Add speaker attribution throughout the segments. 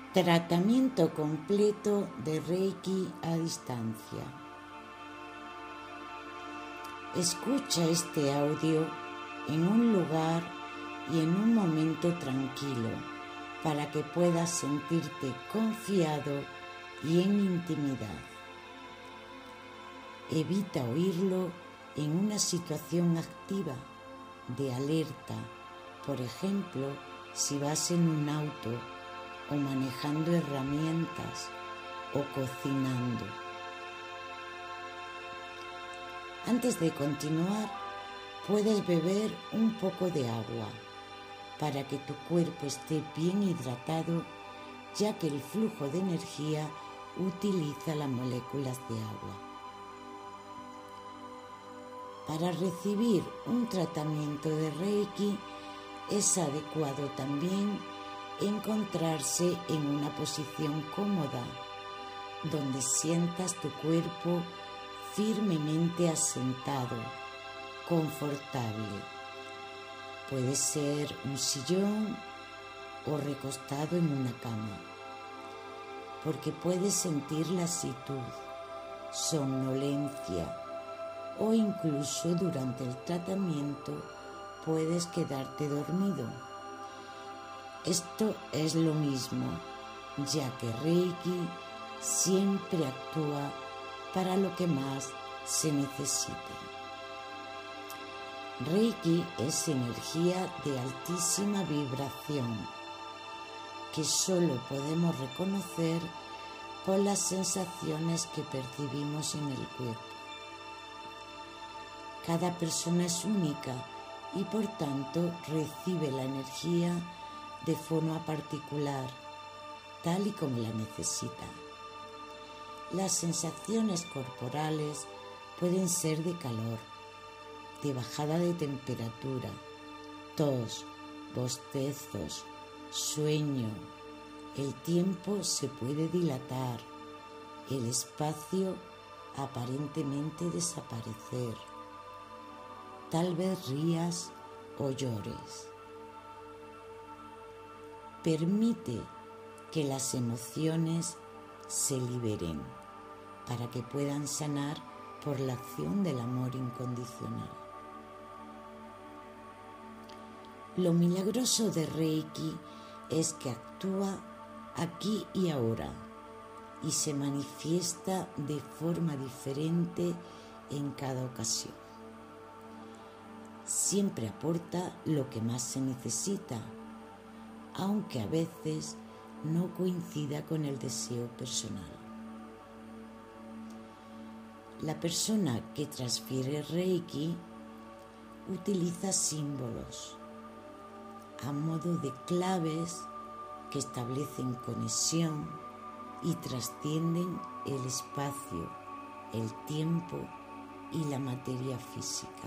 Speaker 1: Tratamiento completo de Reiki a distancia. Escucha este audio en un lugar y en un momento tranquilo para que puedas sentirte confiado y en intimidad. Evita oírlo en una situación activa, de alerta, por ejemplo, si vas en un auto o manejando herramientas o cocinando. Antes de continuar, puedes beber un poco de agua para que tu cuerpo esté bien hidratado, ya que el flujo de energía utiliza las moléculas de agua. Para recibir un tratamiento de Reiki es adecuado también encontrarse en una posición cómoda, donde sientas tu cuerpo firmemente asentado, confortable. Puede ser un sillón o recostado en una cama, porque puedes sentir lasitud, somnolencia o incluso durante el tratamiento puedes quedarte dormido. Esto es lo mismo, ya que Reiki siempre actúa para lo que más se necesite. Reiki es energía de altísima vibración que solo podemos reconocer por las sensaciones que percibimos en el cuerpo. Cada persona es única y por tanto recibe la energía de forma particular, tal y como la necesita. Las sensaciones corporales pueden ser de calor, de bajada de temperatura, tos, bostezos, sueño. El tiempo se puede dilatar, el espacio aparentemente desaparecer. Tal vez rías o llores. Permite que las emociones se liberen para que puedan sanar por la acción del amor incondicional. Lo milagroso de Reiki es que actúa aquí y ahora y se manifiesta de forma diferente en cada ocasión. Siempre aporta lo que más se necesita, aunque a veces no coincida con el deseo personal. La persona que transfiere Reiki utiliza símbolos a modo de claves que establecen conexión y trascienden el espacio, el tiempo y la materia física.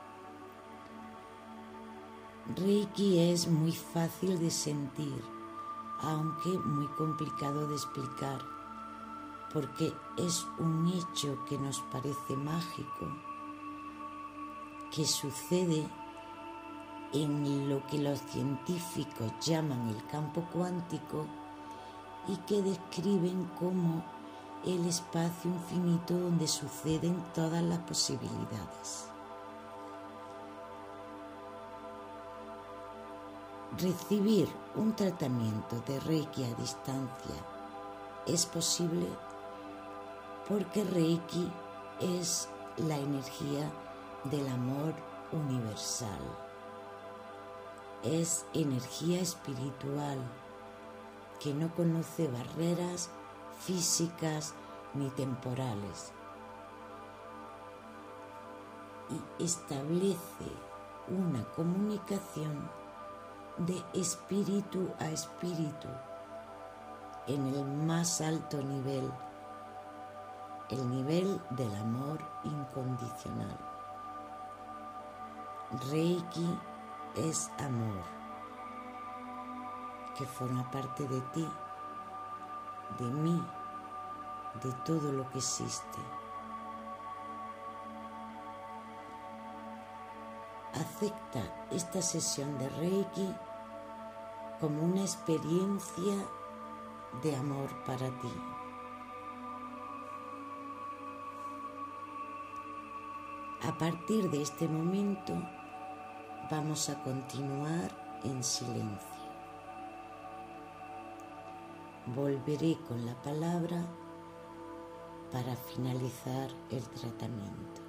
Speaker 1: Reiki es muy fácil de sentir, aunque muy complicado de explicar, porque es un hecho que nos parece mágico, que sucede en lo que los científicos llaman el campo cuántico y que describen como el espacio infinito donde suceden todas las posibilidades. Recibir un tratamiento de Reiki a distancia es posible porque Reiki es la energía del amor universal. Es energía espiritual que no conoce barreras físicas ni temporales y establece una comunicación de espíritu a espíritu en el más alto nivel, el nivel del amor incondicional. Reiki es amor que forma parte de ti, de mí, de todo lo que existe. Acepta esta sesión de Reiki como una experiencia de amor para ti. A partir de este momento vamos a continuar en silencio. Volveré con la palabra para finalizar el tratamiento.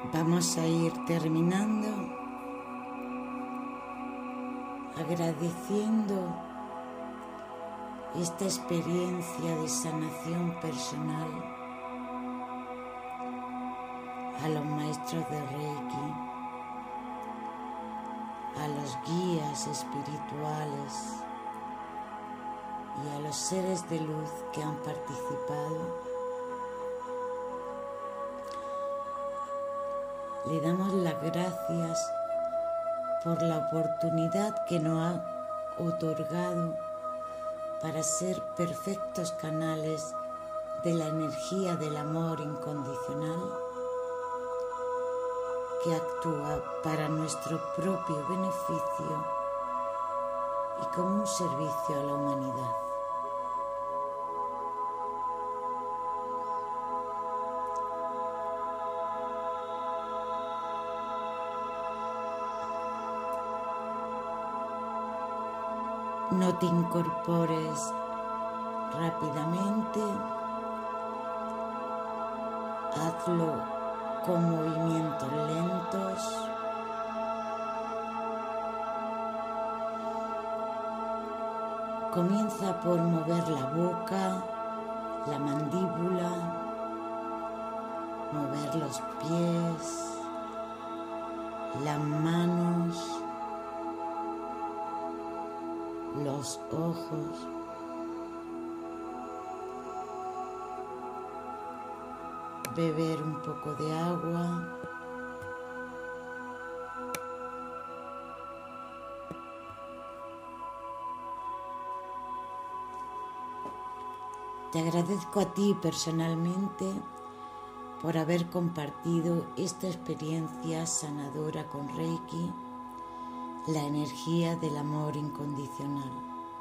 Speaker 1: Vamos a ir terminando agradeciendo esta experiencia de sanación personal a los maestros de Reiki, a los guías espirituales y a los seres de luz que han participado. Le damos las gracias por la oportunidad que nos ha otorgado para ser perfectos canales de la energía del amor incondicional que actúa para nuestro propio beneficio y como un servicio a la humanidad. No te incorpores rápidamente, hazlo con movimientos lentos. Comienza por mover la boca, la mandíbula, mover los pies, las manos, los ojos. Beber un poco de agua. Te agradezco a ti personalmente por haber compartido esta experiencia sanadora con Reiki, la energía del amor incondicional.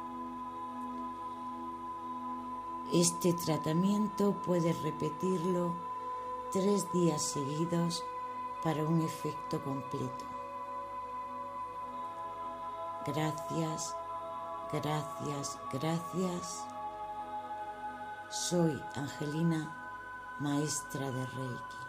Speaker 1: Este tratamiento puedes repetirlo 3 días seguidos para un efecto completo. Gracias, gracias, gracias. Soy Angelina, maestra de Reiki.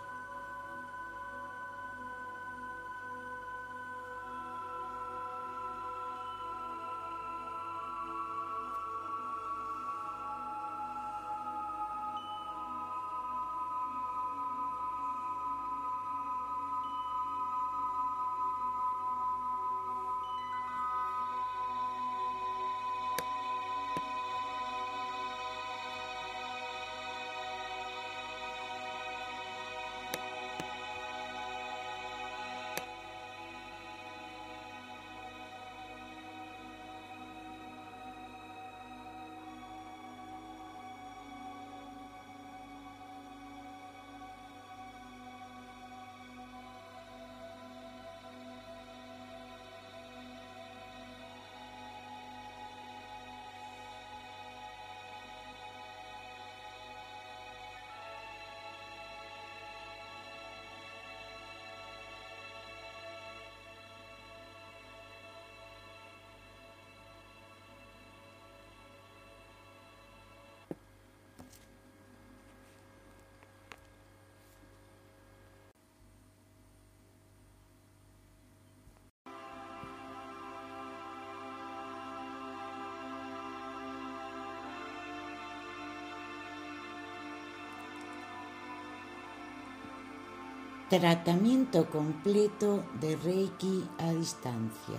Speaker 1: Tratamiento completo de Reiki a distancia.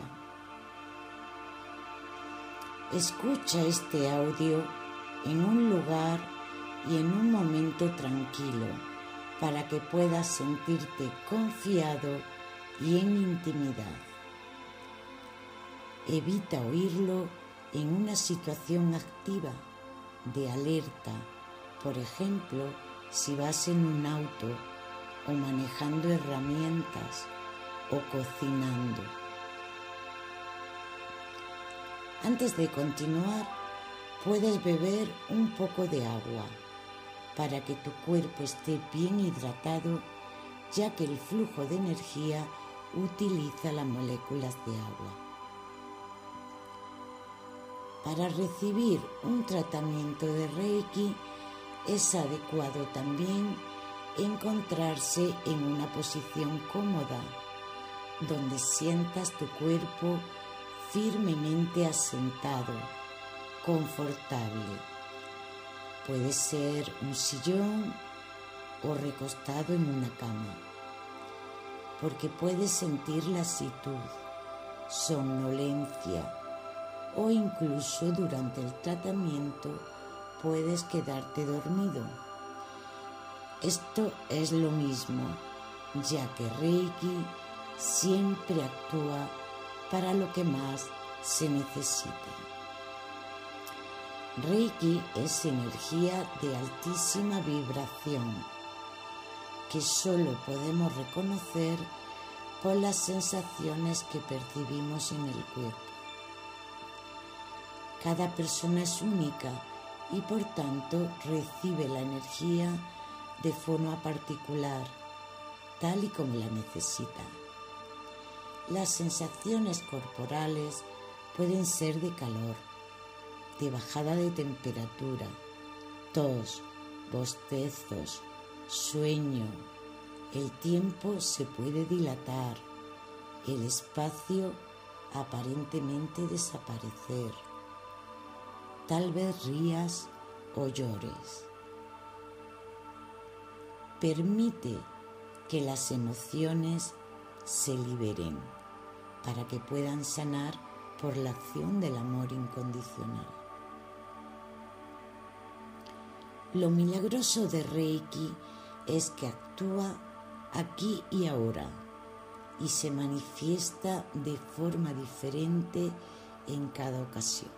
Speaker 1: Escucha este audio en un lugar y en un momento tranquilo para que puedas sentirte confiado y en intimidad. Evita oírlo en una situación activa de alerta, por ejemplo, si vas en un auto o manejando herramientas o cocinando. Antes de continuar, puedes beber un poco de agua para que tu cuerpo esté bien hidratado, ya que el flujo de energía utiliza las moléculas de agua. Para recibir un tratamiento de Reiki es adecuado también encontrarse en una posición cómoda, donde sientas tu cuerpo firmemente asentado, confortable. Puede ser un sillón o recostado en una cama, porque puedes sentir lasitud, somnolencia o incluso durante el tratamiento puedes quedarte dormido. Esto es lo mismo, ya que Reiki siempre actúa para lo que más se necesite. Reiki es energía de altísima vibración que solo podemos reconocer por las sensaciones que percibimos en el cuerpo. Cada persona es única y por tanto recibe la energía de forma particular, tal y como la necesita. Las sensaciones corporales pueden ser de calor, de bajada de temperatura, tos, bostezos, sueño. El tiempo se puede dilatar, el espacio aparentemente desaparecer. Tal vez rías o llores. Permite que las emociones se liberen para que puedan sanar por la acción del amor incondicional. Lo milagroso de Reiki es que actúa aquí y ahora y se manifiesta de forma diferente en cada ocasión.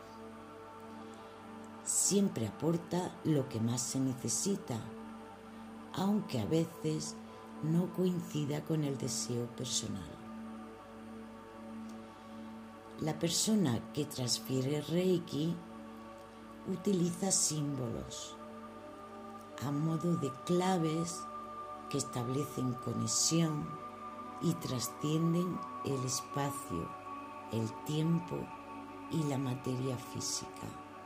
Speaker 1: Siempre aporta lo que más se necesita, aunque a veces no coincida con el deseo personal. La persona que transfiere Reiki utiliza símbolos a modo de claves que establecen conexión y trascienden el espacio, el tiempo y la materia física.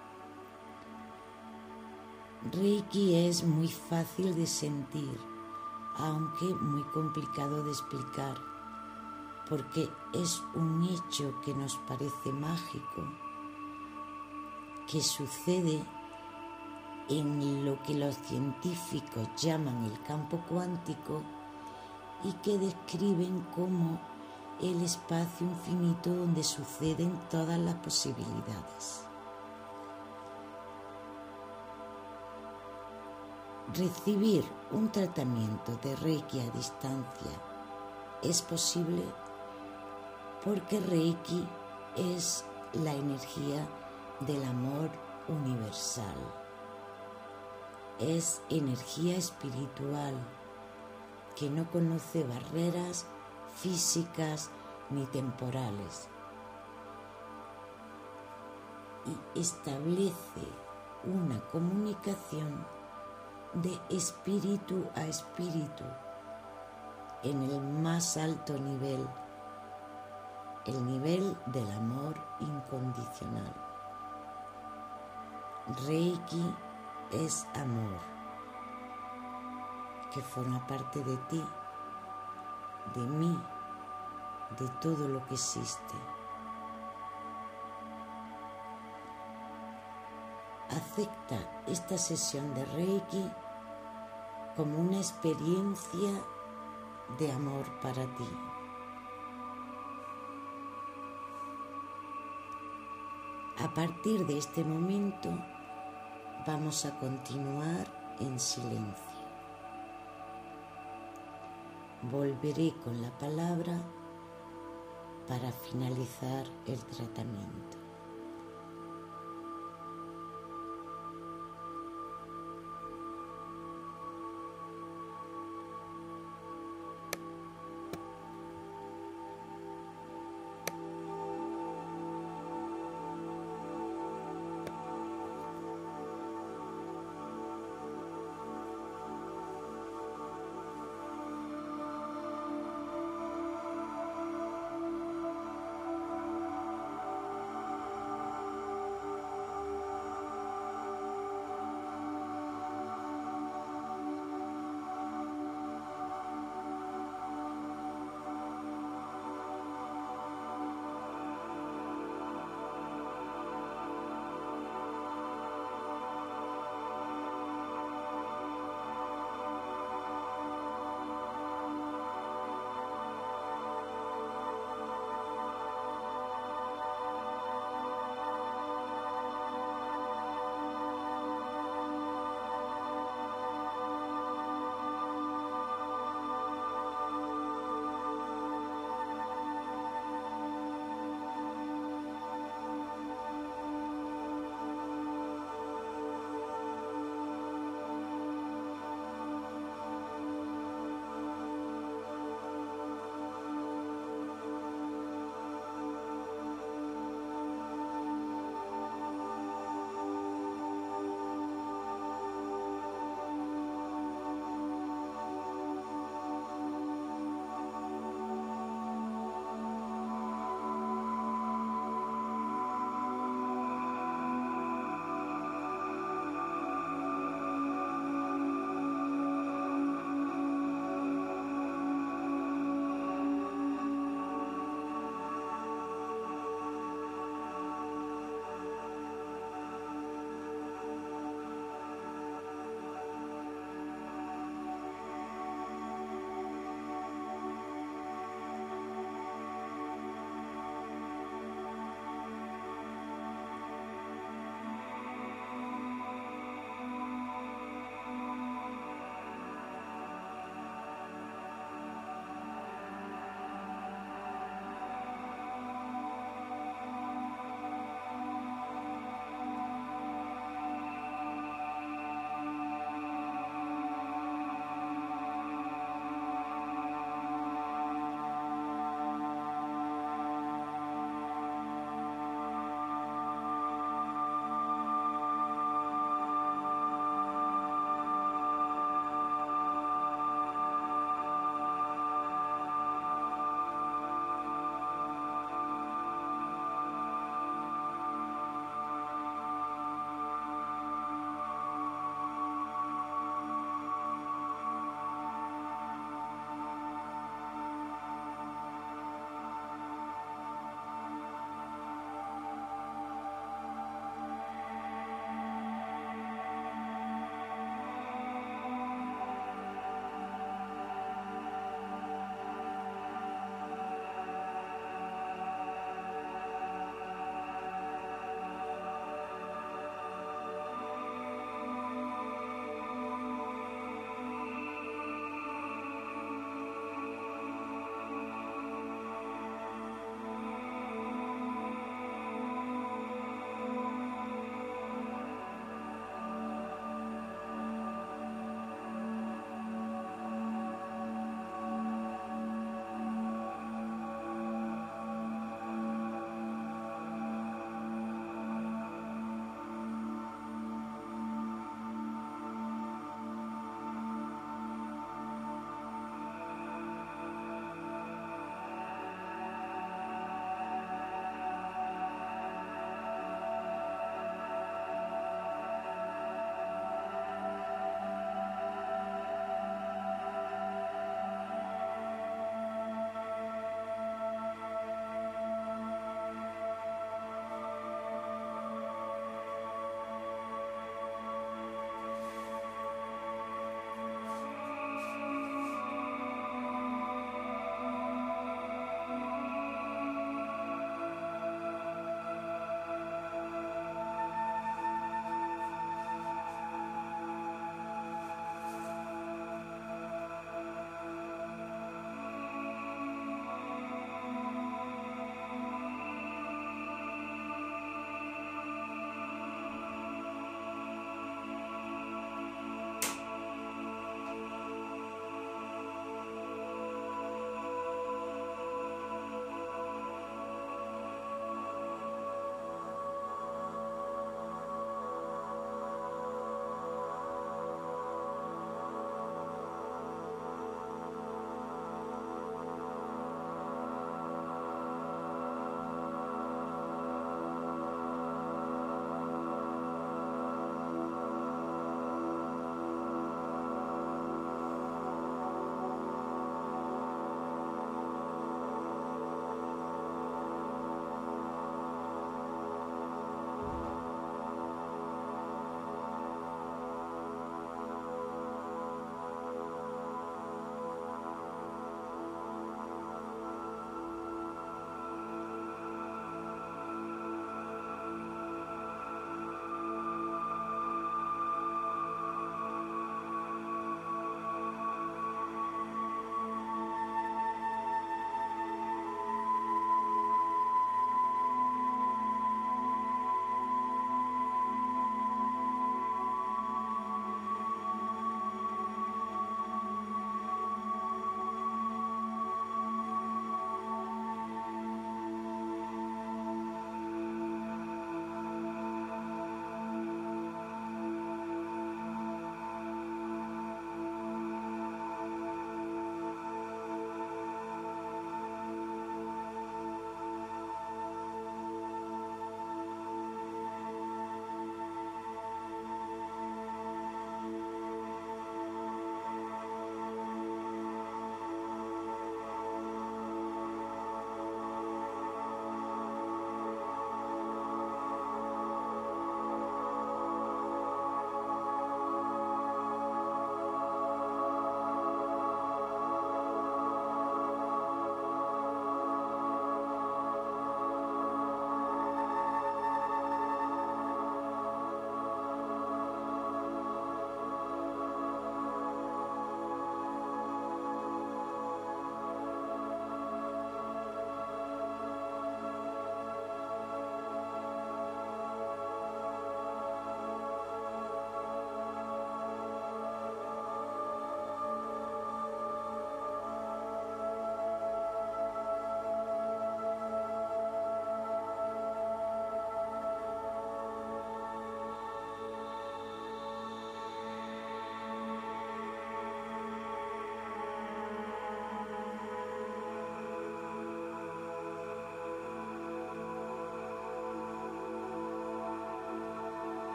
Speaker 1: Reiki es muy fácil de sentir, aunque muy complicado de explicar, porque es un hecho que nos parece mágico, que sucede en lo que los científicos llaman el campo cuántico y que describen como el espacio infinito donde suceden todas las posibilidades. Recibir un tratamiento de Reiki a distancia es posible porque Reiki es la energía del amor universal. Es energía espiritual que no conoce barreras físicas ni temporales y establece una comunicación de espíritu a espíritu en el más alto nivel, el nivel del amor incondicional. Reiki es amor, que forma parte de ti, de mí, de todo lo que existe. Acepta esta sesión de Reiki como una experiencia de amor para ti. A partir de este momento vamos a continuar en silencio. Volveré con la palabra para finalizar el tratamiento.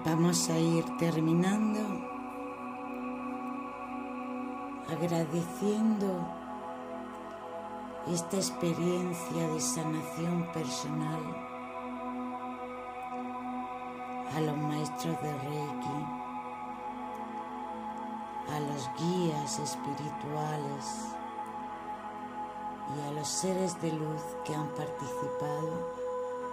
Speaker 1: Vamos a ir terminando agradeciendo esta experiencia de sanación personal a los maestros de Reiki, a los guías espirituales y a los seres de luz que han participado.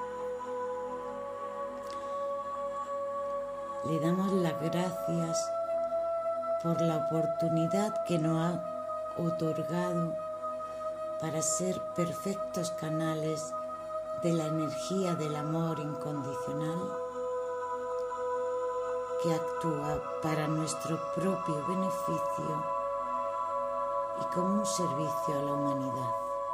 Speaker 1: Le damos las gracias por la oportunidad que nos ha otorgado para ser perfectos canales de la energía del amor incondicional que actúa para nuestro propio beneficio y como un servicio a la humanidad.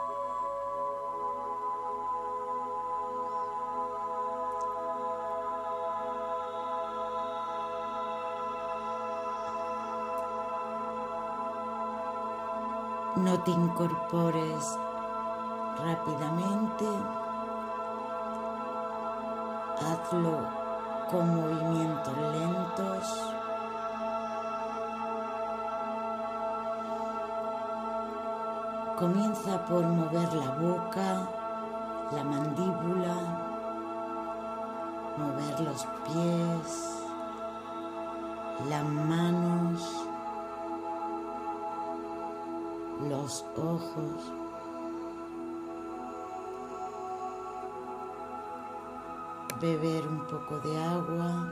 Speaker 1: No te incorpores rápidamente, hazlo con movimientos lentos. Comienza por mover la boca, la mandíbula, mover los pies, las manos, los ojos. Beber un poco de agua.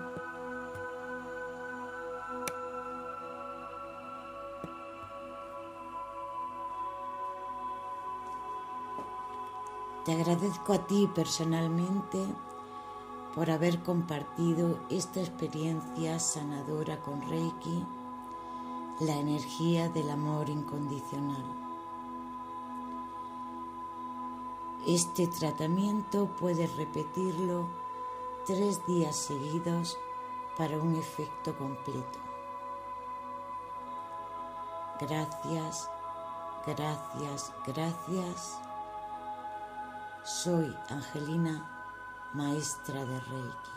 Speaker 1: Te agradezco a ti personalmente por haber compartido esta experiencia sanadora con Reiki, la energía del amor incondicional. Este tratamiento puedes repetirlo 3 días seguidos para un efecto completo. Gracias, gracias, gracias. Soy Angelina, maestra de Reiki.